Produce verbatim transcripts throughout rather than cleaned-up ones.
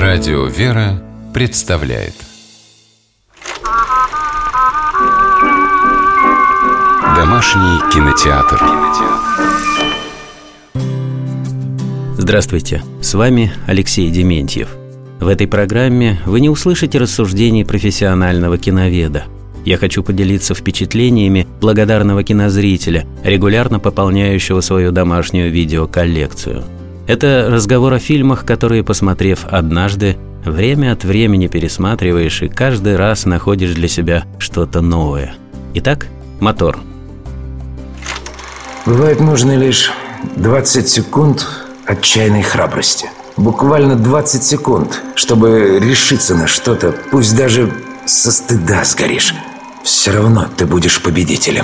Радио «Вера» представляет Домашний кинотеатр. Здравствуйте, с вами Алексей Дементьев. В этой программе вы не услышите рассуждений профессионального киноведа. Я хочу поделиться впечатлениями благодарного кинозрителя, регулярно пополняющего свою домашнюю видеоколлекцию. Это разговор о фильмах, которые, посмотрев однажды, время от времени пересматриваешь и каждый раз находишь для себя что-то новое. Итак, мотор. Бывает, нужно лишь двадцать секунд отчаянной храбрости. Буквально двадцать секунд, чтобы решиться на что-то, пусть даже со стыда сгоришь. Все равно ты будешь победителем.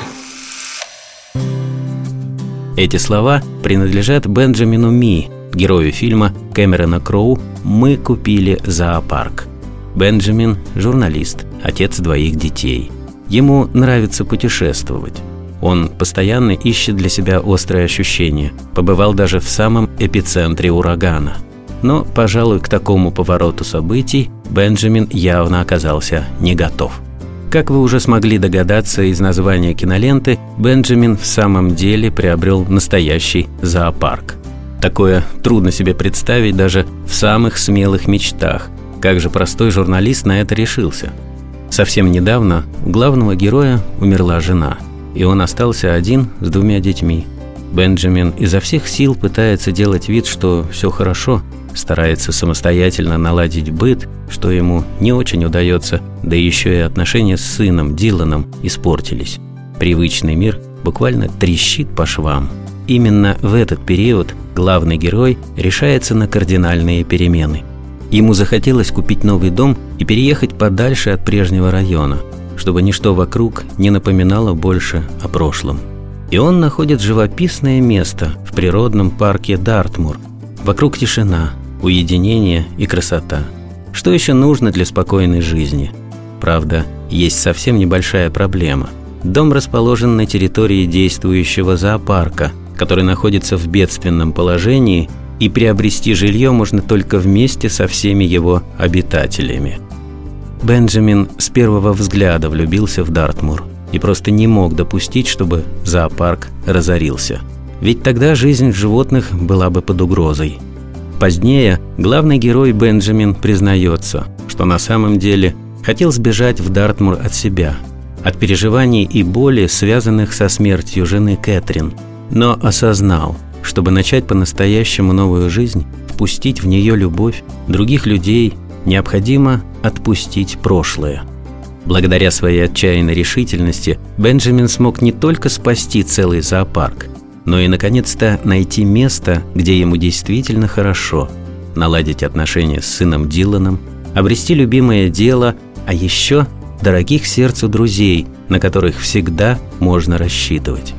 Эти слова принадлежат Бенджамину Ми, герою фильма Кэмерона Кроу «Мы купили зоопарк». Бенджамин – журналист, отец двоих детей. Ему нравится путешествовать. Он постоянно ищет для себя острые ощущения, побывал даже в самом эпицентре урагана. Но, пожалуй, к такому повороту событий Бенджамин явно оказался не готов. Как вы уже смогли догадаться из названия киноленты, Бенджамин в самом деле приобрел настоящий зоопарк. Такое трудно себе представить даже в самых смелых мечтах. Как же простой журналист на это решился? Совсем недавно у главного героя умерла жена, и он остался один с двумя детьми. Бенджамин изо всех сил пытается делать вид, что все хорошо, старается самостоятельно наладить быт, что ему не очень удается, да еще и отношения с сыном Диланом испортились. Привычный мир буквально трещит по швам. Именно в этот период главный герой решается на кардинальные перемены. Ему захотелось купить новый дом и переехать подальше от прежнего района, чтобы ничто вокруг не напоминало больше о прошлом. И он находит живописное место в природном парке Дартмур. Вокруг тишина, уединение и красота. Что еще нужно для спокойной жизни? Правда, есть совсем небольшая проблема. Дом расположен на территории действующего зоопарка, который находится в бедственном положении, и приобрести жилье можно только вместе со всеми его обитателями. Бенджамин с первого взгляда влюбился в Дартмур и просто не мог допустить, чтобы зоопарк разорился. Ведь тогда жизнь животных была бы под угрозой. Позднее главный герой Бенджамин признается, что на самом деле хотел сбежать в Дартмур от себя, от переживаний и боли, связанных со смертью жены Кэтрин, но осознал, чтобы начать по-настоящему новую жизнь, впустить в нее любовь других людей, необходимо отпустить прошлое. Благодаря своей отчаянной решительности Бенджамин смог не только спасти целый зоопарк, но и, наконец-то, найти место, где ему действительно хорошо, наладить отношения с сыном Диланом, обрести любимое дело, а еще дорогих сердцу друзей, на которых всегда можно рассчитывать.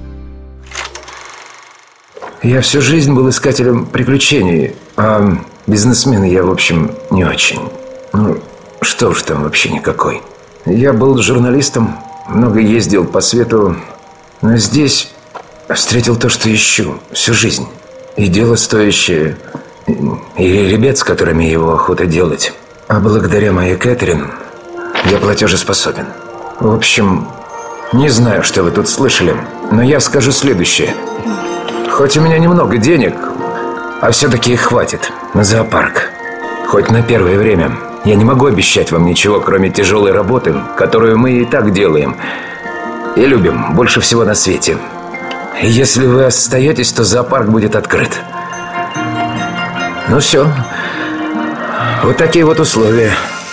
Я всю жизнь был искателем приключений, а бизнесмен я, в общем, не очень. Ну, что уж там вообще никакой. Я был журналистом, много ездил по свету, но здесь встретил то, что ищу всю жизнь. И дело стоящее, и ребят, с которыми его охота делать. А благодаря моей Кэтрин я платежеспособен. В общем, не знаю, что вы тут слышали, но я скажу следующее. Хоть у меня немного денег, а все-таки их хватит на зоопарк. Хоть на первое время. Я не могу обещать вам ничего, кроме тяжелой работы, которую мы и так делаем. И любим больше всего на свете. И если вы остаетесь, то зоопарк будет открыт. Ну все. Вот такие вот условия.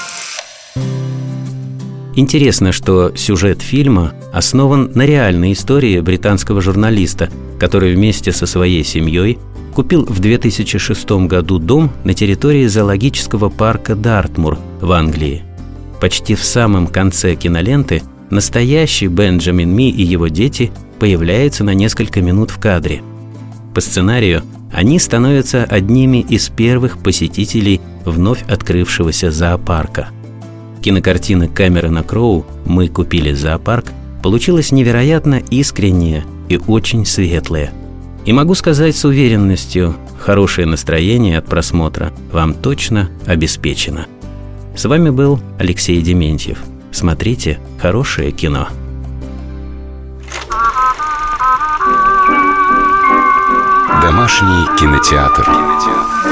Интересно, что сюжет фильма основан на реальной истории британского журналиста, который вместе со своей семьей купил в две тысячи шестом году дом на территории зоологического парка Дартмур в Англии. Почти в самом конце киноленты настоящий Бенджамин Ми и его дети появляются на несколько минут в кадре. По сценарию они становятся одними из первых посетителей вновь открывшегося зоопарка. Кинокартина Кэмерона Кроу «Мы купили зоопарк» получилась невероятно искренняя и очень светлая. И могу сказать с уверенностью, хорошее настроение от просмотра вам точно обеспечено. С вами был Алексей Дементьев. Смотрите хорошее кино. Домашний кинотеатр.